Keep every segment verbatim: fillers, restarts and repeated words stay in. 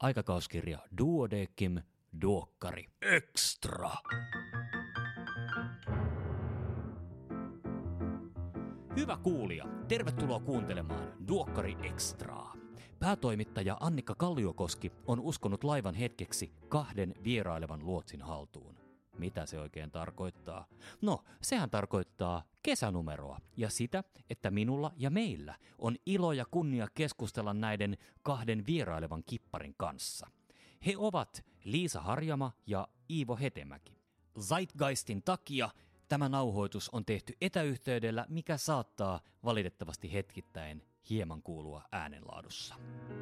aikakauskirja Duodeckim Duokkari Extra. Hyvä kuulija, tervetuloa kuuntelemaan Duokkari Extraa. Päätoimittaja Annikka Kalliokoski on uskonut laivan hetkeksi kahden vierailevan luotsin haltuun. Mitä se oikein tarkoittaa? No, sehän tarkoittaa kesänumeroa ja sitä, että minulla ja meillä on ilo ja kunnia keskustella näiden kahden vierailevan kipparin kanssa. He ovat Liisa Harjama ja Iivo Hetemäki. Zeitgeistin takia tämä nauhoitus on tehty etäyhteydellä, mikä saattaa valitettavasti hetkittäin hieman kuulua äänenlaadussa.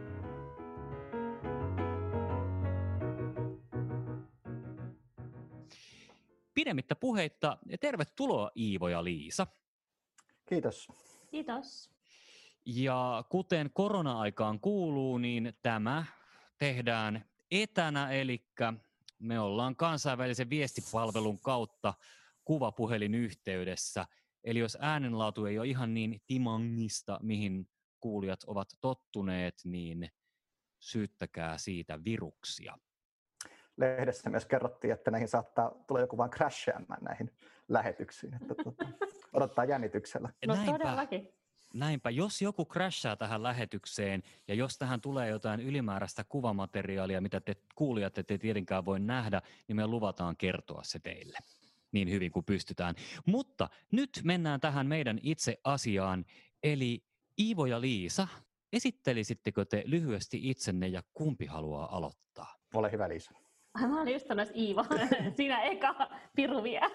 Pidemmittä puheitta, tervetuloa Iivo ja Liisa. Kiitos. Kiitos. Ja kuten korona-aikaan kuuluu, niin tämä tehdään etänä, eli me ollaan kansainvälisen viestipalvelun kautta kuvapuhelinyhteydessä. Eli jos äänenlaatu ei ole ihan niin timangista, mihin kuulijat ovat tottuneet, niin syyttäkää siitä viruksia. Lehdessä myös kerrottiin, että näihin saattaa tulla joku vaan crashaamaan näihin lähetyksiin. Että tuota, odottaa jännityksellä. No näinpä, todellakin. Näinpä, jos joku crashaa tähän lähetykseen ja jos tähän tulee jotain ylimääräistä kuvamateriaalia, mitä te kuulijat ette tietenkään voi nähdä, niin me luvataan kertoa se teille niin hyvin kuin pystytään. Mutta nyt mennään tähän meidän itse asiaan, eli Iivo ja Liisa, esittelisittekö te lyhyesti itsenne ja kumpi haluaa aloittaa? Ole hyvä, Liisa. Mä olin just sanoa, Iivo, sinä eka piru vie.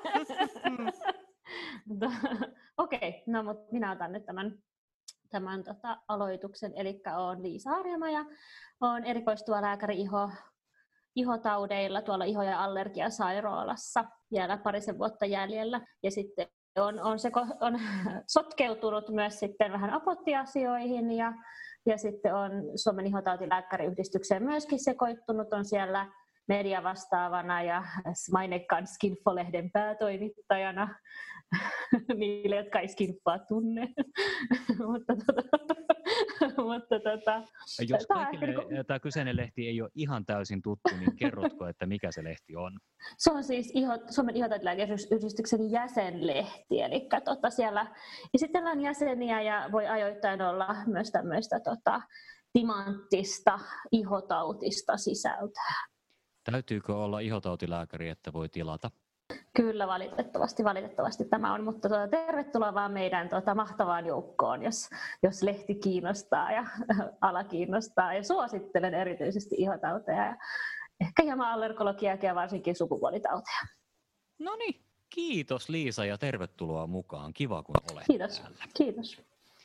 Okei, okay, no mutta minä otan nyt tämän, tämän tota, aloituksen, eli olen Liisa Harjama ja olen erikoistuva lääkäri iho, ihotaudeilla tuolla iho- ja allergiasairaalassa vielä parisen vuotta jäljellä. Ja sitten on, on, se, on sotkeutunut myös sitten vähän aborttiasioihin ja, ja sitten on Suomen ihotautilääkäriyhdistykseen myöskin sekoittunut, on siellä mediavastaavana ja mainekkaan Skinfo-lehden päätoimittajana niille, jotka ei Skinfoa tunne. mutta tota, mutta tota, jos kaikille tämä kyseinen lehti ei ole ihan täysin tuttu, niin kerrotko, että mikä se lehti on? Se on siis iho, Suomen ihotautilääkäriyhdistyksen jäsenlehti, eli tota siellä esitellään jäseniä ja voi ajoittain olla myös tämmöistä tota, timanttista ihotautista sisältöä. Täytyykö olla ihotautilääkäri, että voi tilata? Kyllä, valitettavasti, valitettavasti tämä on, mutta tuota, tervetuloa vaan meidän tuota, mahtavaan joukkoon, jos, jos lehti kiinnostaa ja ala kiinnostaa. Ja suosittelen erityisesti ihotauteja ja ehkä hieman allergologiaakin ja varsinkin sukupuolitauteja. No niin, kiitos Liisa ja tervetuloa mukaan. Kiva kun olet Kiitos. täällä. Kiitos.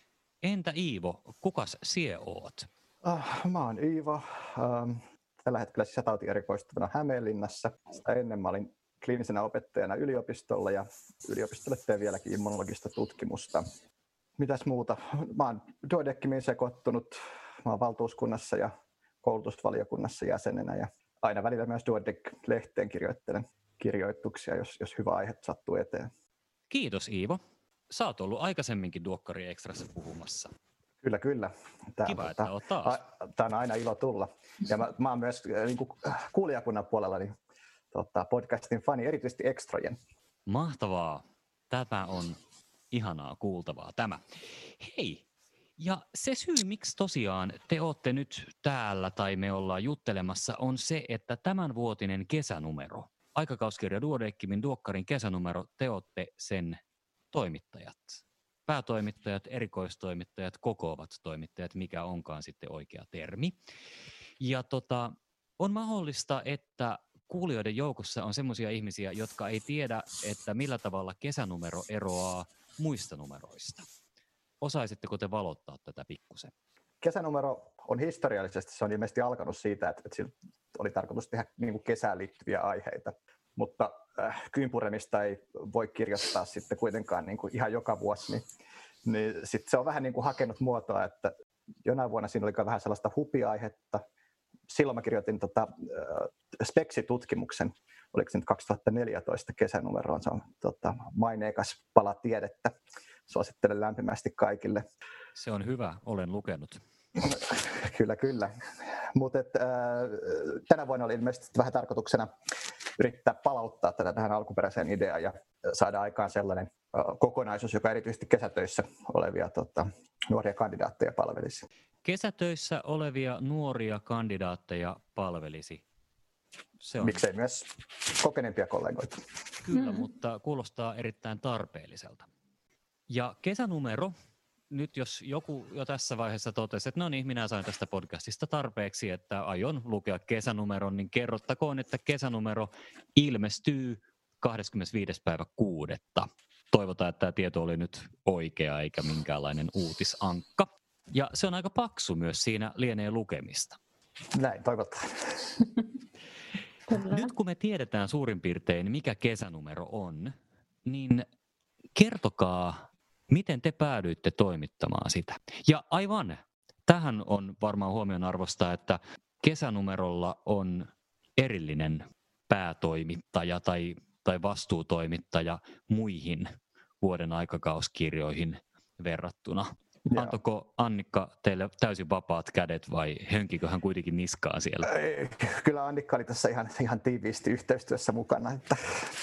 Entä Iivo, kukas sie oot? Uh, mä oon Iivo. Um, tällä hetkellä sisätautierikoistuvana Hämeenlinnassa. Sitä ennen mä olin kliinisenä opettajana yliopistolla ja yliopistolle teen vieläkin immunologista tutkimusta. Mitäs muuta? Mä oon Duodeckimiin sekoittunut. Mä oon valtuuskunnassa ja koulutusvaliokunnassa jäsenenä ja aina välillä myös Duodeck-lehteen kirjoittelen kirjoituksia, jos, jos hyvä aihe sattuu eteen. Kiitos Iivo. Sä oot ollut aikaisemminkin Duokkari Extrassa puhumassa. Kyllä, kyllä. Tää, Kiva, että oot taas. A, tää on aina ilo tulla. Ja mä, mä oon myös niin kuin kuulijakunnan puolella niin, tota, podcastin fani, erityisesti Extrojen. Mahtavaa. Tämä on ihanaa kuultavaa tämä. Hei, ja se syy, miksi tosiaan te ootte nyt täällä tai me ollaan juttelemassa, on se, että tämänvuotinen kesänumero, aikakauskirja Duodeckimin Duokkarin kesänumero, te ootte sen toimittajat. Päätoimittajat, erikoistoimittajat, kokoavat toimittajat, mikä onkaan sitten oikea termi. Ja tota, on mahdollista, että kuulijoiden joukossa on semmoisia ihmisiä, jotka ei tiedä, että millä tavalla kesänumero eroaa muista numeroista. Osaisitteko te valottaa tätä pikkusen? Kesänumero on historiallisesti, se on ilmeisesti alkanut siitä, että, että sillä oli tarkoitus tehdä niin kuin kesään liittyviä aiheita. Mutta äh, kyynpuremista ei voi kirjoittaa sitten kuitenkaan niin kuin ihan joka vuosi, niin, niin sit se on vähän niin kuin hakenut muotoa, että jonain vuonna siinä oli vähän sellaista hupiaihetta. Silloin mä kirjoitin tota, äh, speksitutkimuksen, oliko se nyt kaksituhattaneljätoista kesänumeroon, se on tota, maineikas pala tiedettä. Suosittelen lämpimästi kaikille. Se on hyvä, olen lukenut. Kyllä, kyllä. Mutta äh, tänä vuonna oli ilmeisesti vähän tarkoituksena yrittää palauttaa tätä tähän alkuperäiseen ideaan ja saada aikaan sellainen äh, kokonaisuus, joka erityisesti kesätöissä olevia tota, nuoria kandidaatteja palvelisi. Kesätöissä olevia nuoria kandidaatteja palvelisi. Se on... Miksei myös kokeneempia kollegoita. Kyllä, Mm-hmm. mutta kuulostaa erittäin tarpeelliselta. Ja kesänumero, nyt jos joku jo tässä vaiheessa totesi, että no niin, minä sain tästä podcastista tarpeeksi, että aion lukea kesänumeron, niin kerrottakoon, että kesänumero ilmestyy kahdeskymmenesviides päivä kuudetta. Toivotaan, että tämä tieto oli nyt oikea eikä minkäänlainen uutisankka. Ja se on aika paksu myös, siinä lienee lukemista. Näin, toivotaan. Kyllä. Nyt kun me tiedetään suurin piirtein, mikä kesänumero on, niin kertokaa, miten te päädyitte toimittamaan sitä. Ja aivan, tähän on varmaan huomionarvoista, että kesänumerolla on erillinen päätoimittaja tai, tai vastuutoimittaja muihin vuoden aikakauskirjoihin verrattuna. Joo. Antoiko Annikka teille täysin vapaat kädet vai hönkikö hän kuitenkin niskaa siellä? Ei, kyllä Annikka oli tässä ihan, ihan tiiviisti yhteistyössä mukana, että,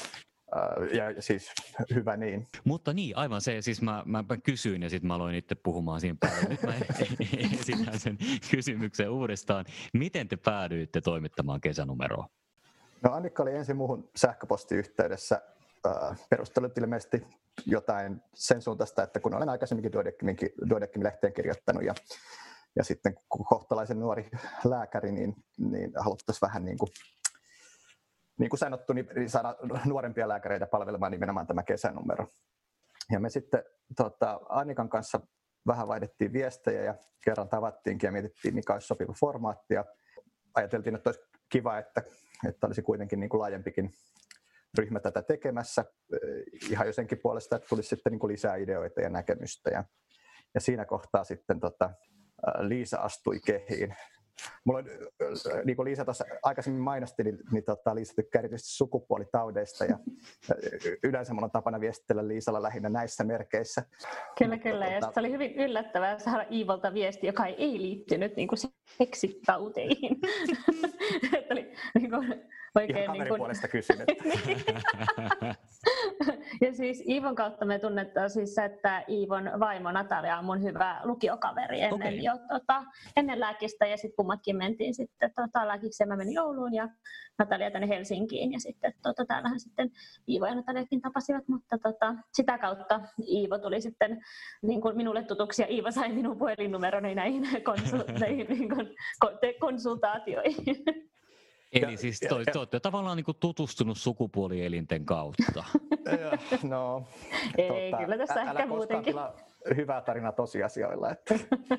ja, ja siis hyvä niin. Mutta niin, aivan se, siis mä, mä, mä kysyin ja sitten mä aloin itse puhumaan siinä päälle. Nyt mä esitän sen kysymyksen uudestaan. Miten te päädyitte toimittamaan kesänumeroa? No Annikka oli ensin muuhun sähköpostiyhteydessä. Perustelut ilmeisesti jotain sen suuntaista, että kun olen aikaisemminkin Duodeckim-lehteen kirjoittanut ja, ja sitten kun kohtalaisen nuori lääkäri, niin, niin haluttaisiin vähän niin kuin, niin kuin sanottu, niin saada nuorempia lääkäreitä palvelemaan nimenomaan tämä kesänumero. Ja me sitten tota, Annikan kanssa vähän vaihdettiin viestejä ja kerran tavattiinkin ja mietittiin, mikä olisi sopiva formaatti. Ja ajateltiin, että olisi kiva, että, että olisi kuitenkin niin kuin laajempikin ryhmä tätä tekemässä, ihan jo senkin puolesta, että tulisi sitten niin kuin lisää ideoita ja näkemystä. Ja, ja siinä kohtaa sitten tota, Liisa astui kehiin. Mulla on, niin kuin Liisa tuossa aikaisemmin mainosti, niin, niin tota, Liisa tykkää erityisesti sukupuolitaudeista ja yleensä mulla on tapana viestitellä Liisalla lähinnä näissä merkeissä. Kyllä, kyllä. Ja se oli hyvin yllättävää saada Iivolta viesti, joka ei liittynyt niin kuin seksitauteihin. oli niin kuin oikein ihan kaverin niin kuin... puolesta kysynyt. Ja siis Iivon kautta me tunnetaan siis se, että Iivon vaimo Natalia on mun hyvä lukiokaveri ennen, Okay. jo, tota, ennen lääkistä ja sitten kummatkin mentiin sitten tota, lääkiksi ja mä menin Ouluun ja Natalia tänne Helsinkiin ja sitten tota, täällähän sitten Iivo ja Nataliakin tapasivat, mutta tota, sitä kautta Iivo tuli sitten niin kuin minulle tutuksi ja Iivo sai minun puhelinnumeroni näihin, konsul- näihin niin kuin, konsultaatioihin. Eli siis te, te olette tavallaan niin kuin tutustunut sukupuolielinten kautta. No, Ei, tota, kyllä tässä älä ehkä muutenkin. Älä hyvää tarinaa tosiasioilla. Että.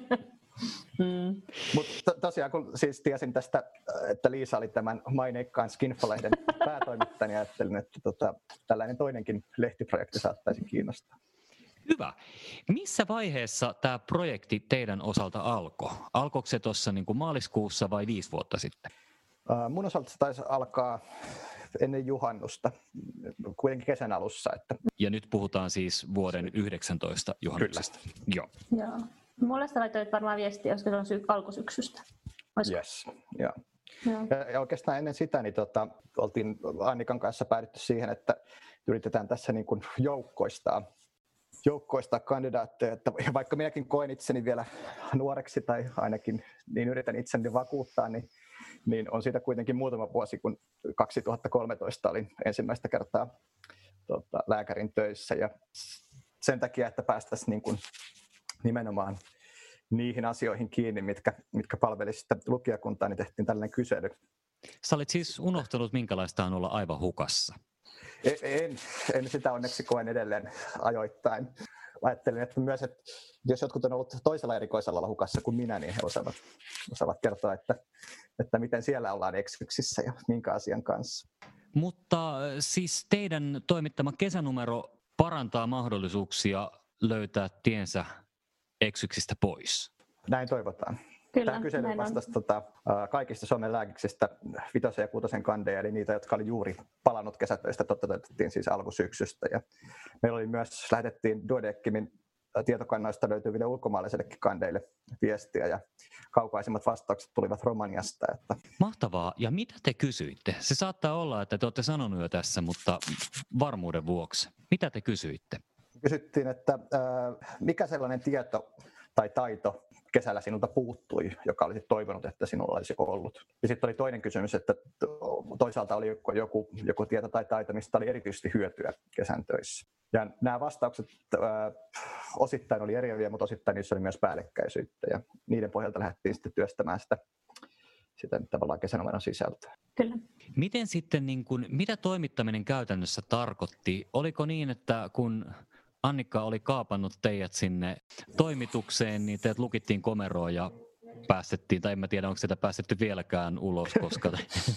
Mm. Mutta to, tosiaan, kun siis tiesin tästä, että Liisa oli tämän maineikkaan Skinfo-lehden päätoimittaja, niin ajattelin, että tota, tällainen toinenkin lehtiprojekti saattaisi kiinnostaa. Hyvä. Missä vaiheessa tämä projekti teidän osalta alkoi? Alkoiko se tuossa niin kuin maaliskuussa vai viisi vuotta sitten? Mun osalta se taisi alkaa ennen juhannusta, kuitenkin kesän alussa. Että... Ja nyt puhutaan siis vuoden yhdeksäntoista juhannuksesta. Joo. Joo. Mulle sä laitoit varmaan viestiä, koska se on syy- alkusyksystä. Olisiko? Yes, joo. Joo. Ja, ja oikeastaan ennen sitä niin tota, oltiin Annikan kanssa päädytty siihen, että yritetään tässä niin kuin joukkoistaa, joukkoistaa kandidaatteja. Että vaikka minäkin koen itseni vielä nuoreksi tai ainakin niin yritän itseni vakuuttaa, niin, niin on siitä kuitenkin muutama vuosi, kun kaksituhattakolmetoista olin ensimmäistä kertaa tota, lääkärin töissä. Ja sen takia, että päästäisiin niin kuin nimenomaan niihin asioihin kiinni, mitkä, mitkä palvelisivat lukijakuntaa, niin tehtiin tällainen kysely. Sä olit siis unohtanut, minkälaista on olla aivan hukassa. En, en sitä onneksi koen edelleen ajoittain. Ajattelin, että myös, että jos jotkut on ollut toisella erikoisalalla hukassa kuin minä, niin he osaavat, osaavat kertoa, että, että miten siellä ollaan eksyksissä ja minkä asian kanssa. Mutta siis teidän toimittama kesänumero parantaa mahdollisuuksia löytää tiensä eksyksistä pois. Näin toivotaan. Kyllä, Tähän kyselyyn vastasi tota, kaikista Suomen lääkiksistä vitosen ja kuutosen kandeja, eli niitä, jotka oli juuri palannut kesätöistä, toteutettiin siis alkusyksystä. Ja meillä oli myös, lähetettiin Duodeckimin tietokannoista löytyville ulkomaalaisillekin kandeille viestiä ja kaukaisimmat vastaukset tulivat Romaniasta. Että... Mahtavaa. Ja mitä te kysyitte? Se saattaa olla, että te olette sanonut jo tässä, mutta varmuuden vuoksi. Mitä te kysyitte? Kysyttiin, että äh, mikä sellainen tieto tai taito kesällä sinulta puuttui, joka olisi toivonut, että sinulla olisi ollut. Ja sitten oli toinen kysymys, että toisaalta oli joku, joku tieto tai taito, mistä oli erityisesti hyötyä kesän töissä. Ja nämä vastaukset äh, osittain oli eriäviä, mutta osittain niissä oli myös päällekkäisyyttä. Ja niiden pohjalta lähdettiin sitten työstämään sitä, sitä tavallaan kesänumeron sisältöä. Kyllä. Miten sitten, niin kun, mitä toimittaminen käytännössä tarkoitti? Oliko niin, että kun Annikka oli kaapannut teidät sinne toimitukseen, niin teidät lukittiin komeroon ja päästettiin, tai en mä tiedä, onko teitä päästetty vieläkään ulos, koska te,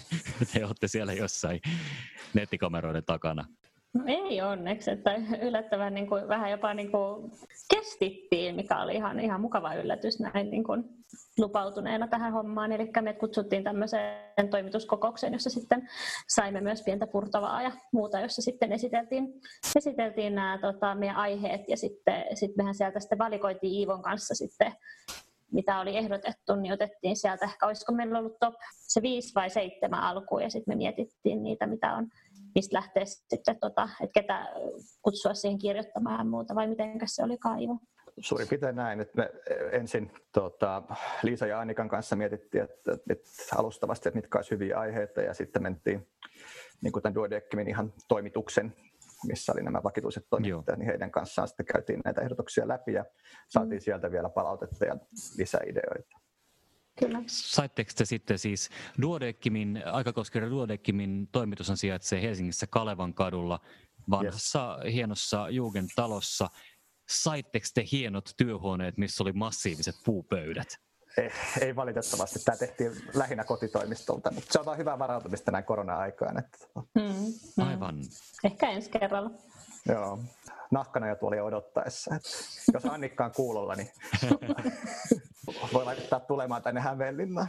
te olette siellä jossain nettikameroiden takana. No ei onneksi, että yllättävän niin kuin, vähän jopa niin kuin kestittiin, mikä oli ihan, ihan mukava yllätys näin niin kuin lupautuneena tähän hommaan. Eli me kutsuttiin tämmöiseen toimituskokoukseen, jossa sitten saimme myös pientä purtavaa ja muuta, jossa sitten esiteltiin, esiteltiin nämä tota, meidän aiheet ja sitten sit mehän sieltä sitten valikoitiin Iivon kanssa sitten, mitä oli ehdotettu, niin otettiin sieltä ehkä, olisiko meillä ollut top se viisi vai seitsemän alkuun ja sitten me mietittiin niitä, mitä on, mistä lähtee sitten, tota, että ketä kutsua siihen kirjoittamaan ja muuta, vai mitenkäs se oli Iivo? Suurin piirtein näin, että me ensin tota, Liisa ja Annikan kanssa mietittiin, että, että alustavasti, että mitkä olisi hyviä aiheita, ja sitten mentiin niin kuin tämän Duodeckimin ihan toimituksen, missä oli nämä vakituiset toimittajat, niin heidän kanssaan sitten käytiin näitä ehdotuksia läpi ja saatiin mm. sieltä vielä palautetta ja lisäideoita. Kyllä. Saitteko te sitten siis Duodeckimin, Aikakoskinen Duodeckimin toimitushan sijaitsee Helsingissä Kalevan kadulla vanhassa yes. hienossa Jugendtalossa. Saitteko te hienot työhuoneet, missä oli massiiviset puupöydät? Ei, ei valitettavasti. Tämä tehtiin lähinnä kotitoimistolta, mutta se on vaan hyvää varautumista näin korona-aikaan. Että... Mm, mm. Aivan. Ehkä ensi kerralla. Joo, nahkana jo tuolia odottaessa. Että jos Annikka on kuulolla, niin voi laittaa tulemaan tänne Hämeenlinnaan.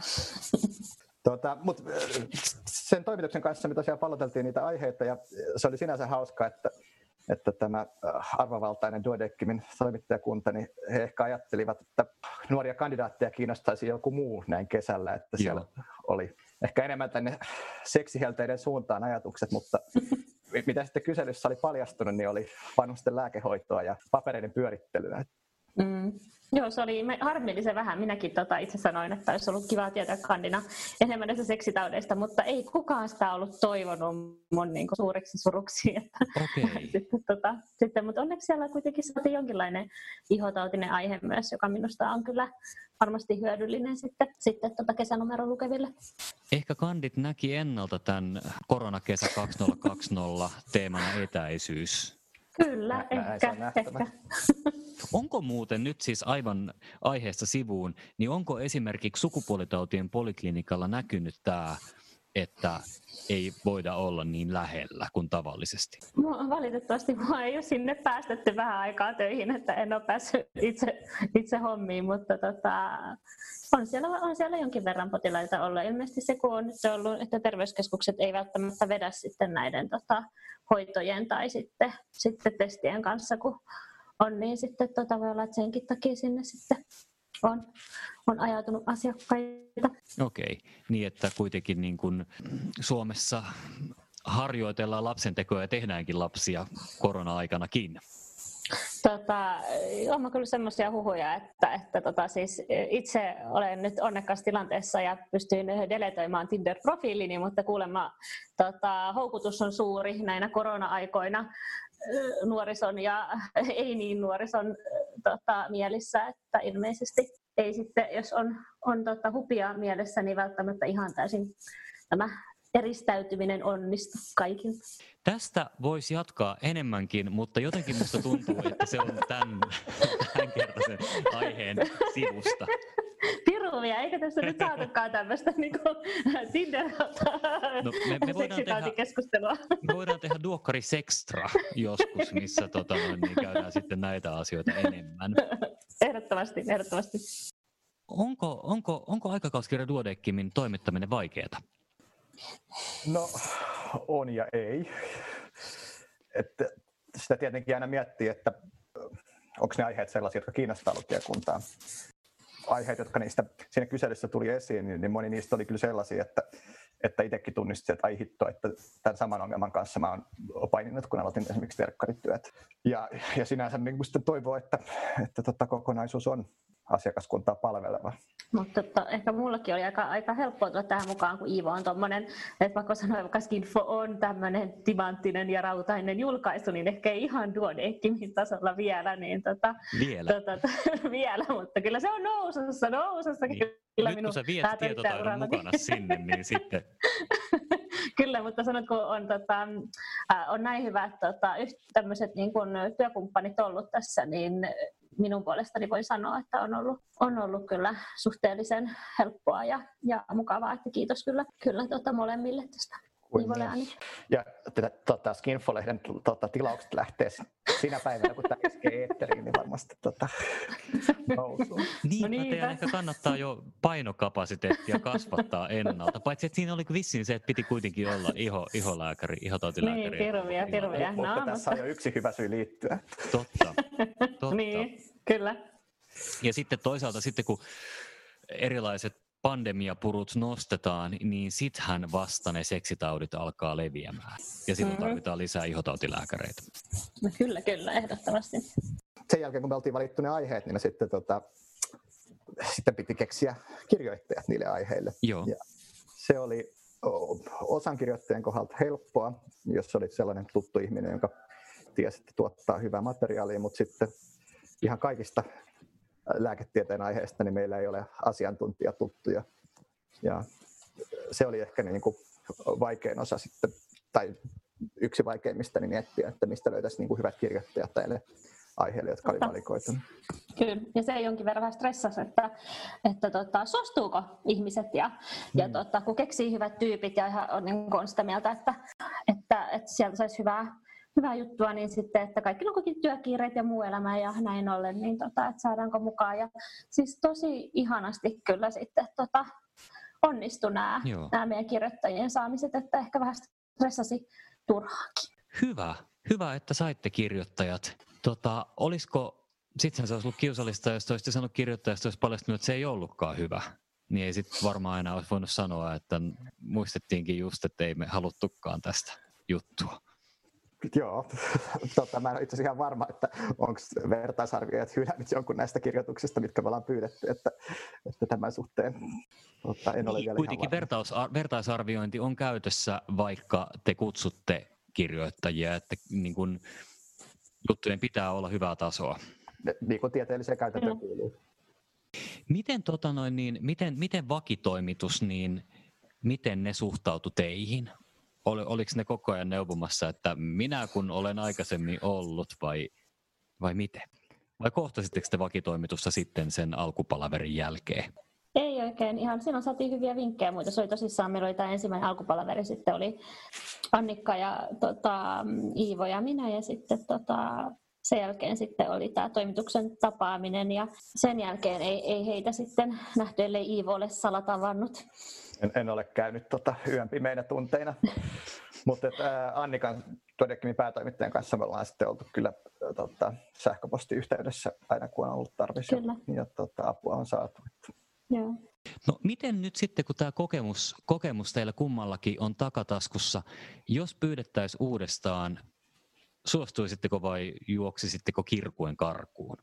Tuota, mutta sen toimituksen kanssa me tosiaan palloteltiin niitä aiheita ja se oli sinänsä hauska, että että tämä arvovaltainen Duodeckimin toimittajakunta, niin he ehkä ajattelivat, että nuoria kandidaatteja kiinnostaisi joku muu näin kesällä, että siellä Joo. oli ehkä enemmän tänne seksihelteiden suuntaan ajatukset, mutta mitä sitten kyselyssä oli paljastunut, niin oli vanhusten lääkehoitoa ja papereiden pyörittelyä. Mm. Joo, se oli harmillisen vähän. Minäkin tota, itse sanoin, että olisi ollut kiva tietää kandina enemmän näistä seksitaudeista, mutta ei kukaan sitä ollut toivonut mun niin kuin, suuriksi suruksi. Että, okay. sitten, tota, sitten, mutta onneksi siellä kuitenkin saatiin jonkinlainen ihotautinen aihe myös, joka minusta on kyllä varmasti hyödyllinen sitten, sitten tota kesänumeron lukeville. Ehkä kandit näki ennalta tämän koronakesä kaksituhattakaksikymmentä teemana etäisyys. Kyllä, Nä, ehkä. ehkä. Onko muuten nyt siis aivan aiheesta sivuun, niin onko esimerkiksi sukupuolitautien poliklinikalla näkynyt tämä, että ei voida olla niin lähellä kuin tavallisesti? Valitettavasti minua ei ole sinne päästetty vähän aikaa töihin, että en ole päässyt itse, itse hommiin, mutta tota, on, siellä, on siellä jonkin verran potilaita ollut. Ilmeisesti se, kun on nyt ollut, että terveyskeskukset ei välttämättä vedä sitten näiden tota, hoitojen tai sitten, sitten testien kanssa, kun on, niin sitten tota, voi olla, että senkin takia sinne sitten on, on ajautunut asiakkaita. Okei, niin että kuitenkin niin kuin Suomessa harjoitellaan lapsentekoa ja tehdäänkin lapsia korona-aikanakin. Tota, on kyllä semmoisia huhuja, että, että tota, siis itse olen nyt onnekkaassa tilanteessa ja pystyin deletoimaan Tinder-profiilini, mutta kuulemma tota, houkutus on suuri näinä korona-aikoina nuorison ja ei niin nuorison tota, mielissä, että ilmeisesti ei sitten, jos on, on tota, hupia mielessä, niin välttämättä ihan täysin tämä eristäytyminen onnistu kaikilta. Tästä voisi jatkaa enemmänkin, mutta jotenkin musta tuntuu, että se on tämän, tämänkertaisen aiheen sivusta. Piruvia, eikä tässä nyt saatukaan tämmöistä niin Tinder no, me, me seksitautikeskustelua. Me voidaan tehdä Duokkari Sextra joskus, missä tota, noin, niin käydään sitten näitä asioita enemmän. Ehdottomasti, ehdottomasti. Onko, onko, onko aikakauskirja Duodeckimin toimittaminen vaikeaa? No, on ja ei. Että sitä tietenkin aina miettii, että onko ne aiheet sellaisia, jotka kiinnostaa lukijakuntaa. Aiheet, jotka niistä siinä kyselyssä tuli esiin, niin, niin moni niistä oli kyllä sellaisia, että, että itsekin tunnistin, että ai hitto, että tämän saman ongelman kanssa mä oon paininut, kun aloitin esimerkiksi terkkarityöt. Ja, ja sinänsä niin sitten toivoo, että, että tota, kokonaisuus on asiakaskuntaa palveleva. Mutta tota, ehkä mullakin oli aika, aika helppoa tulla tähän mukaan, kun Iivo on tommonen, että vaikka sanoin, vaikka Skinfo on tämmöinen timanttinen ja rautainen julkaisu, niin ehkä ei ihan Duodeckimin tasolla vielä. Niin tota, vielä? Tota, vielä, mutta kyllä se on nousussa, nousussa. Niin. Kyllä Nyt kun sä viet tietotaidon mukana sinne, niin sitten... Kyllä, mutta sanot, kun on, tota, on näin hyvät tota, tämmöiset niin kun työkumppanit ollut tässä, niin minun puolestani voin sanoa, että on ollut, on ollut kyllä suhteellisen helppoa ja, ja mukavaa, että kiitos kyllä, kyllä tota, molemmille tästä. Ja tota, Skinfo-lehden tota, tilaukset lähtee siinä päivänä, kun tämä iskee eetteriin, niin varmasti tota, nousuu. Niin, no niin, teidän ehkä kannattaa jo painokapasiteettia kasvattaa ennalta. Paitsi, että siinä oli vissiin se, että piti kuitenkin olla iho, iholääkäri, ihotautilääkäri. Niin, terveä, terveä. No, mutta tässä on jo yksi hyvä syy liittyä. Totta, totta. Niin, kyllä. Ja sitten toisaalta sitten, kun erilaiset pandemiapurut nostetaan, niin sittenhän vasta ne seksitaudit alkaa leviämään. Ja silloin mm-hmm. tarvitaan lisää ihotautilääkäreitä. No kyllä, kyllä, ehdottomasti. Sen jälkeen, kun me oltiin valittu ne aiheet, niin me sitten, tota, sitten piti keksiä kirjoittajat niille aiheille. Joo. Ja se oli osan kirjoittajien kohdalta helppoa, jos olit sellainen tuttu ihminen, jonka tiesi, että tuottaa hyvää materiaalia, mutta sitten ihan kaikista lääketieteen aiheesta, niin meillä ei ole asiantuntijatuttuja. Ja se oli ehkä niin kuin vaikein osa sitten, tai yksi vaikeimmista niin miettiä, että mistä löytäisi niin kuin hyvät kirjoittajat näille aiheille, jotka oli valikoitu. Kyllä, ja se jonkin verran stressasi, että, että tota, suostuuko ihmiset, ja, hmm. ja tota, kun keksii hyvät tyypit ja ihan on, niin on sitä mieltä, että, että, että sieltä saisi hyvää, hyvää juttua, niin sitten, että kaikki on kuitenkin työkiireet ja muu elämä ja näin ollen, niin tota, että saadaanko mukaan. Ja siis tosi ihanasti kyllä sitten tota, onnistui nämä, nämä meidän kirjoittajien saamiset, että ehkä vähän stressasi turhaakin. Hyvä, hyvä, että saitte kirjoittajat. Tota, olisiko, sittenhän se olisi ollut kiusallista, jos olisitte sanonut kirjoittajasta, olisi paljastunut, että se ei ollutkaan hyvä. Niin ei sitten varmaan enää olisi voinut sanoa, että muistettiinkin just, että ei me haluttukaan tästä juttua. Joo, tota, mä en ole itse asiassa ihan varma, että onko vertaisarvioijat hylännyt jonkun näistä kirjoituksista, mitkä me ollaan pyydetty, että, että tämän suhteen tota, en ole niin, vielä kuitenkin ihan varma. Vertaisarviointi on käytössä, vaikka te kutsutte kirjoittajia, että niin kun, juttujen pitää olla hyvää tasoa. Niin kuin tieteelliseen käytäntöön kuuluu. Miten, tota noin, niin, miten, miten vakitoimitus, niin miten ne suhtautu teihin? Ol, oliko ne koko ajan neuvomassa, että minä kun olen aikaisemmin ollut vai, vai miten? Vai kohtasitteko te vakitoimitusta sitten sen alkupalaverin jälkeen? Ei oikein. Ihan silloin saatiin hyviä vinkkejä muita. Se oli tosissaan, meillä oli tämä ensimmäinen alkupalaveri, sitten oli Annikka ja tota, Iivo ja minä ja sitten tota, sen jälkeen sitten oli tämä toimituksen tapaaminen ja sen jälkeen ei, ei heitä sitten nähty, ellei Iivo ole salatavannut. En, en ole käynyt tota yön pimeinä tunteina, mutta Annikan Duodeckimin päätoimittajan kanssa me ollaan sitten oltu kyllä tota, sähköpostiyhteydessä aina kun on ollut tarvissa ja, ja tota, apua on saatu. Joo. No miten nyt sitten, kun tämä kokemus, kokemus teillä kummallakin on takataskussa, jos pyydettäisiin uudestaan, suostuisitteko vai juoksisitteko kirkuen karkuun?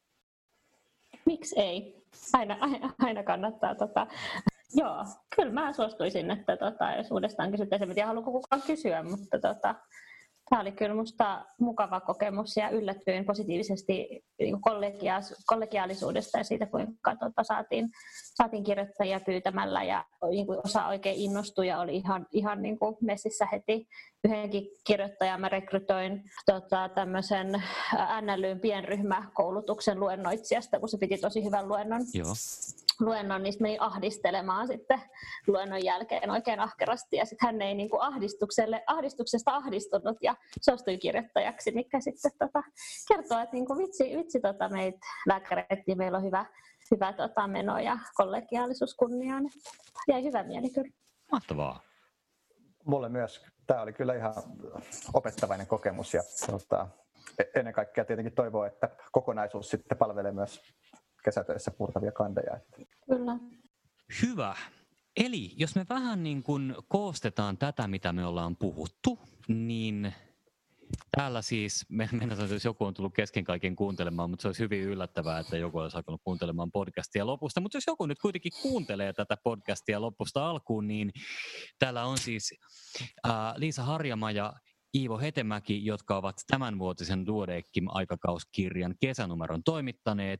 Miksi ei? Aina, aina, aina kannattaa. Tota... Joo, kyllä mä suostuisin, että tota, jos uudestaan kysyttäisiin, en tiedä haluaako kukaan kysyä, mutta tota, tämä oli kyllä musta mukava kokemus ja yllätyin positiivisesti niin kollegiaalisuudesta ja siitä, kuinka tota, saatiin, saatiin kirjoittajia pyytämällä ja niin kuin osa oikein innostui ja oli ihan, ihan niin kuin messissä heti. Yhdenkin kirjoittajan mä rekrytoin tota, tämmöisen N L Y:n pienryhmäkoulutuksen luennoitsijasta, kun se piti tosi hyvän luennon. Joo. luennon, niin meni ahdistelemaan sitten luennon jälkeen oikein ahkerasti. Ja sitten hän ei niin kuin ahdistukselle, ahdistuksesta ahdistunut ja suostui kirjoittajaksi, mikä sitten tota, kertoo, että niin kuin vitsi, vitsi tota meitä lääkäreitä, niin meillä on hyvä, hyvä tota, meno ja kollegiaalisuus kunniaan. Jäi hyvä mieli kyllä. Mahtavaa. Mulle myös. Tämä oli kyllä ihan opettavainen kokemus ja tota, ennen kaikkea tietenkin toivoo, että kokonaisuus sitten palvelee myös kesätöissä purtavia kandeja. Kyllä. Hyvä. Eli jos me vähän niin kuin koostetaan tätä, mitä me ollaan puhuttu, niin täällä siis, me mennään, jos joku on tullut kesken kaiken kuuntelemaan, mutta se olisi hyvin yllättävää, että joku olisi alkanut kuuntelemaan podcastia lopusta. Mutta jos joku nyt kuitenkin kuuntelee tätä podcastia lopusta alkuun, niin täällä on siis ää, Liisa Harjama ja Iivo Hetemäki, jotka ovat tämänvuotisen Duodeckim-aikakauskirjan kesänumeron toimittaneet.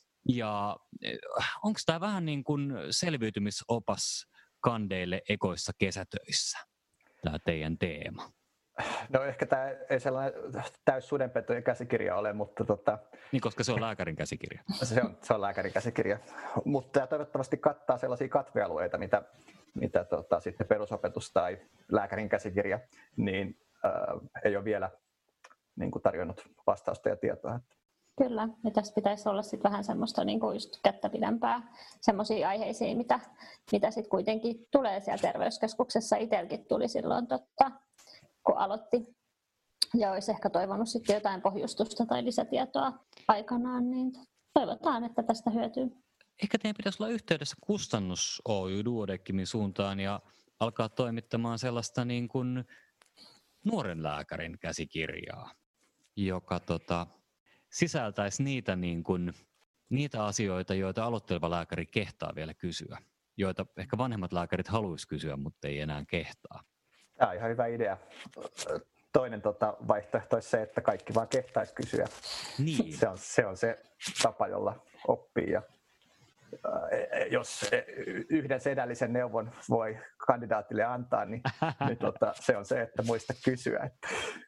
Ja onko tämä vähän niin kuin selviytymisopas kandeille ekoissa kesätöissä, tämä teidän teema? No ehkä tämä ei sellainen täys sudenpetojen käsikirja ole, mutta tota, niin, koska se on lääkärin käsikirja. Se on, se on lääkärin käsikirja, mutta tämä toivottavasti kattaa sellaisia katvealueita, mitä, mitä tota, sitten perusopetus tai lääkärin käsikirja niin, äh, ei ole vielä niin kuin tarjonnut vastausta ja tietoa. Kyllä, ja tässä pitäisi olla sit vähän semmoista niin kuin just kättä pidempää semmoisia aiheisiin, mitä, mitä sitten kuitenkin tulee siellä terveyskeskuksessa. Itselläkin tuli silloin, totta, kun aloitti, ja olisi ehkä toivonut sitten jotain pohjustusta tai lisätietoa aikanaan, niin toivotaan, että tästä hyötyy. Ehkä teidän pitäisi olla yhteydessä Kustannus Oy Duodeckimin suuntaan ja alkaa toimittamaan sellaista niin kuin nuoren lääkärin käsikirjaa, joka tota, sisältäisi niitä, niin kuin, niitä asioita, joita aloitteleva lääkäri kehtaa vielä kysyä, joita ehkä vanhemmat lääkärit haluaisi kysyä, mutta ei enää kehtaa. Tämä on ihan hyvä idea. Toinen tota, vaihtoehto olisi se, että kaikki vaan kehtaisi kysyä. Niin. Se on, se on se tapa, jolla oppii. Ja, ää, jos yhden sedällisen neuvon voi kandidaatille antaa, niin, niin tota, se on se, että muista kysyä. Että.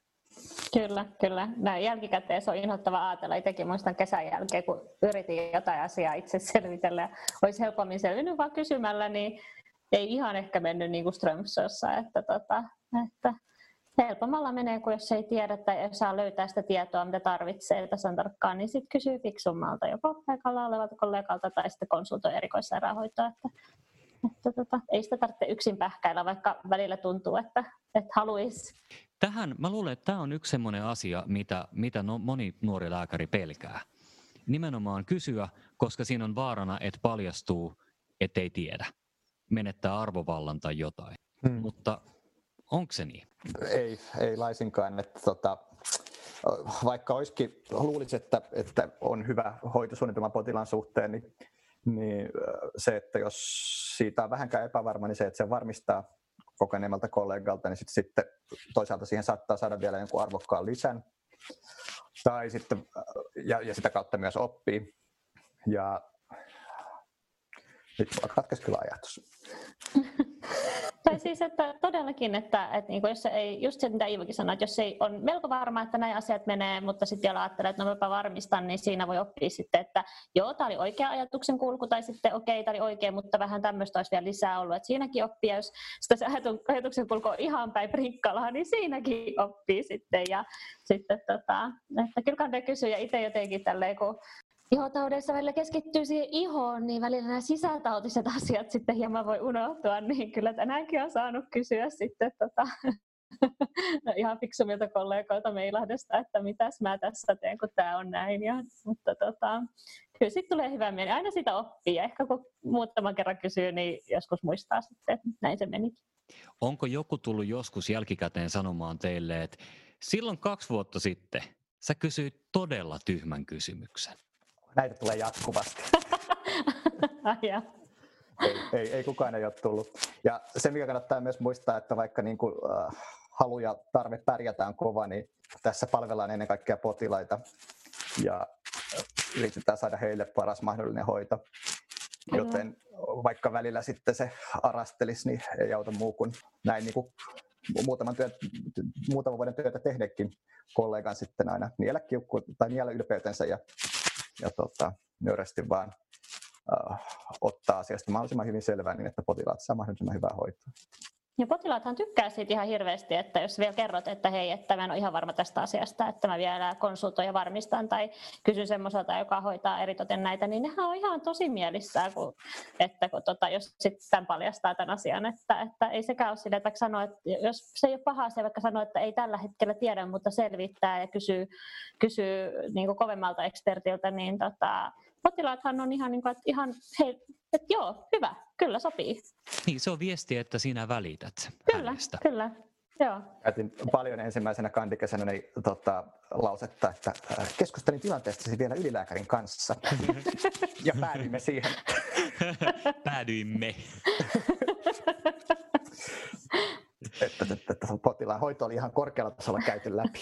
Kyllä, kyllä. Näin jälkikäteen se on inhottava ajatella. Itsekin muistan kesän jälkeen, kun yritin jotain asiaa itse selvitellä. Olisi helpommin selvinnyt vaan kysymällä, niin ei ihan ehkä mennyt niin kuin Strömsössä. Että, tota, että helpommalla menee, kun jos ei tiedä tai ei saa löytää sitä tietoa, mitä tarvitsee tasan tarkkaan, niin sitten kysyy fiksummalta, joko paikalla olevalta kollegalta tai sitten konsultoi erikoissairaanhoitoa. Että, että tota, ei sitä tarvitse yksin pähkäillä, vaikka välillä tuntuu, että, että haluaisi. Tähän, mä luulen, että tämä on yksi sellainen asia, mitä, mitä no, moni nuori lääkäri pelkää. Nimenomaan kysyä, koska siinä on vaarana, että paljastuu, ettei tiedä. Menettää arvovallan tai jotain. Hmm. Mutta onko se niin? Ei, ei laisinkaan. Että, tota, vaikka olisikin, luulisi, että, että on hyvä hoitosuunnitelma potilaan suhteen, niin, niin se, että jos siitä on vähänkään epävarma, niin se, että se varmistaa kokeneemmalta kollegalta, niin sitten, sitten toisaalta siihen saattaa saada vielä jonkun arvokkaan lisän. Tai sitten, ja, ja sitä kautta myös oppii. Ja nyt katkesi kyllä ajatus. Tai siis, että todellakin, että, että niin jos se ei, just se mitä Iivokin sanoi, että jos ei on melko varma, että nämä asiat menee, mutta sitten vielä ajattelee, että no mäpä varmistan, niin siinä voi oppia sitten, että joo, tämä oli oikea ajatuksen kulku, tai sitten okei, okay, tämä oli oikein, mutta vähän tämmöistä olisi vielä lisää ollut, että siinäkin oppii, ja jos sitä se ajatuksen kulku on ihan päin prinkkalaa, niin siinäkin oppii sitten, ja sitten tota, että kyllä kannattaa kysyä, ja itse jotenkin tälleen, kun ihotaudeissa välillä keskittyy siihen ihoon, niin välillä nämä sisätautiset asiat sitten hieman voi unohtua, niin kyllä tänäänkin on saanut kysyä sitten tota, no ihan fiksumilta kollegoilta Meilahdesta, että mitäs mä tässä teen, kun tämä on näin. Ja, mutta tota, kyllä sitten tulee hyvä mieli. Aina sitä oppii, ja ehkä kun muutaman kerran kysyy, niin joskus muistaa sitten, että näin se meni. Onko joku tullut joskus jälkikäteen sanomaan teille, että silloin kaksi vuotta sitten sä kysyit todella tyhmän kysymyksen? Näitä tulee jatkuvasti. ei, ei, ei kukaan ei ole tullut. Ja se, mikä kannattaa myös muistaa, että vaikka niin kuin, äh, halu ja tarve pärjätä on kova, niin tässä palvellaan ennen kaikkea potilaita ja yritetään saada heille paras mahdollinen hoito. Kyllä. Joten vaikka välillä sitten se arastelisi, niin ei auta muu kuin näin niin kuin muutaman, työt, muutaman vuoden työtä tehneekin kollegan sitten aina niellä kiukku tai niellä ylpeytensä ja ja tota, nöyrästi vaan uh, ottaa asiasta mahdollisimman hyvin selvää niin, että potilaat saa mahdollisimman hyvää hoitoa. Ja potilaathan tykkää siitä ihan hirveästi, että jos vielä kerrot, että hei, että mä en ole ihan varma tästä asiasta, että mä vielä konsultoin ja varmistan tai kysyn semmoiselta, joka hoitaa eritoten näitä, niin nehän on ihan tosi mielissään, kun, että kun, tota, jos sitten paljastaa tämän asian, että, että ei sekään ole sille, että sanoa, että jos se ei ole paha asia, vaikka sanoo, että ei tällä hetkellä tiedä, mutta selvittää ja kysyy, kysyy niin kuin kovemmalta ekspertiltä, niin tota, potilaathan on ihan, niin kuin, että ihan hei, että joo, hyvä, kyllä sopii. Niin, se on viesti, että sinä välität Kyllä, hänestä. kyllä, joo. Käytin paljon ensimmäisenä kandikesänä niin, tota, lausetta, että äh, keskustelin tilanteestasi vielä ylilääkärin kanssa. Ja päädyimme siihen. Päädyimme. että, että, että potilaan hoito oli ihan korkealla tasolla käyty läpi.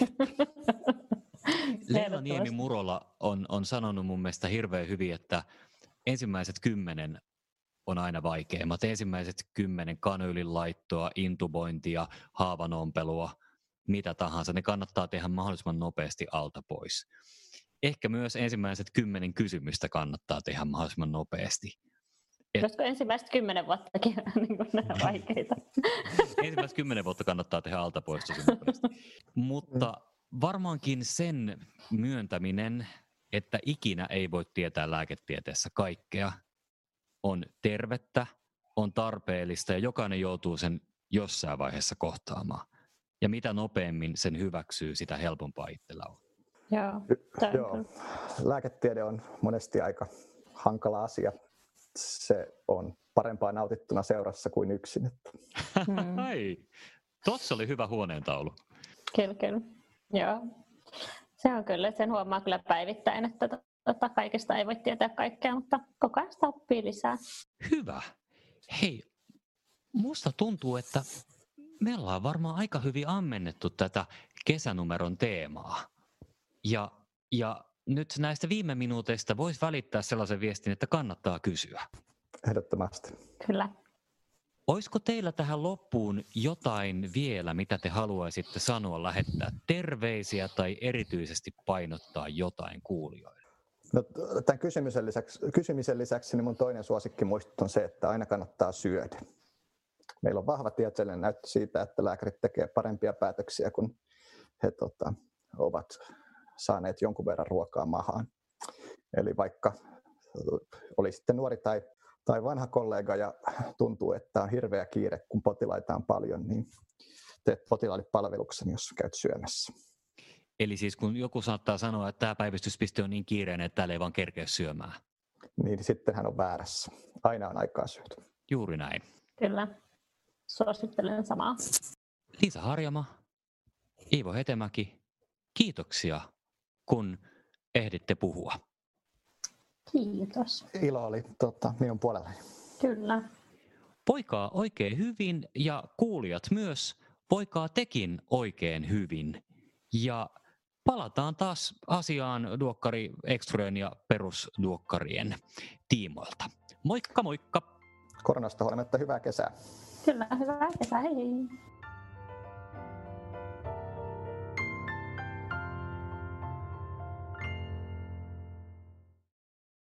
Leila Niemi-Murola on, on sanonut mun mielestä hirveän hyvin, että ensimmäiset kymmenen on aina vaikeimmat. Ensimmäiset kymmenen kanyylin laittoa, intubointia, haavanompelua, mitä tahansa, ne kannattaa tehdä mahdollisimman nopeasti alta pois. Ehkä myös ensimmäiset kymmenen kysymystä kannattaa tehdä mahdollisimman nopeasti. Et... Koska ensimmäiset kymmenen vuottakin niin nämä vaikeita. Ensimmäiset kymmenen vuotta kannattaa tehdä alta pois tosi nopeasti. Mutta varmaankin sen myöntäminen, että ikinä ei voi tietää lääketieteessä kaikkea, on tervettä, on tarpeellista ja jokainen joutuu sen jossain vaiheessa kohtaamaan. Ja mitä nopeammin sen hyväksyy, sitä helpompaa itsellä on. Joo, Joo. Lääketiede on monesti aika hankala asia. Se on parempaa nautittuna seurassa kuin yksin. Hmm. Ai, tossa oli hyvä huoneentaulu. Kyllä, kyllä. Joo. Se on kyllä, sen huomaa kyllä päivittäin, että tota, kaikesta ei voi tietää kaikkea, mutta koko ajan sitä oppii lisää. Hyvä. Hei, musta tuntuu, että me ollaan varmaan aika hyvin ammennettu tätä kesänumeron teemaa. Ja, ja nyt näistä viime minuuteista voisi välittää sellaisen viestin, että kannattaa kysyä. Ehdottomasti. Kyllä. Olisiko teillä tähän loppuun jotain vielä, mitä te haluaisitte sanoa, lähettää terveisiä tai erityisesti painottaa jotain kuulijoille? No, tämän kysymisen lisäksi, kysymisen lisäksi niin mun toinen suosikkimuistut on se, että aina kannattaa syödä. Meillä on vahva tieteellinen näyttö siitä, että lääkärit tekevät parempia päätöksiä, kun he tota, ovat saaneet jonkun verran ruokaa mahaan. Eli vaikka oli sitten nuori tai, tai vanha kollega ja tuntuu, että on hirveä kiire, kun potilaita on paljon, niin teet potilaille palveluksen, jos käyt syömässä. Eli siis kun joku saattaa sanoa, että tämä päivystyspiste on niin kiireinen, että täällä ei vaan kerkeä syömään. Niin sitten hän on väärässä. Aina on aikaa syödä. Juuri näin. Kyllä. Suosittelen samaa. Liisa Harjama, Iivo Hetemäki, kiitoksia, kun ehditte puhua. Kiitos. Ilo oli tota, minun puolellani. Kyllä. Voikaa oikein hyvin ja kuulijat myös, voikaa tekin oikein hyvin. Ja palataan taas asiaan duokkari Extrön ja perusduokkarien tiimoilta. Moikka moikka! Koronasta huolimatta hyvää kesää. Kyllä, hyvää kesää. Hei hei!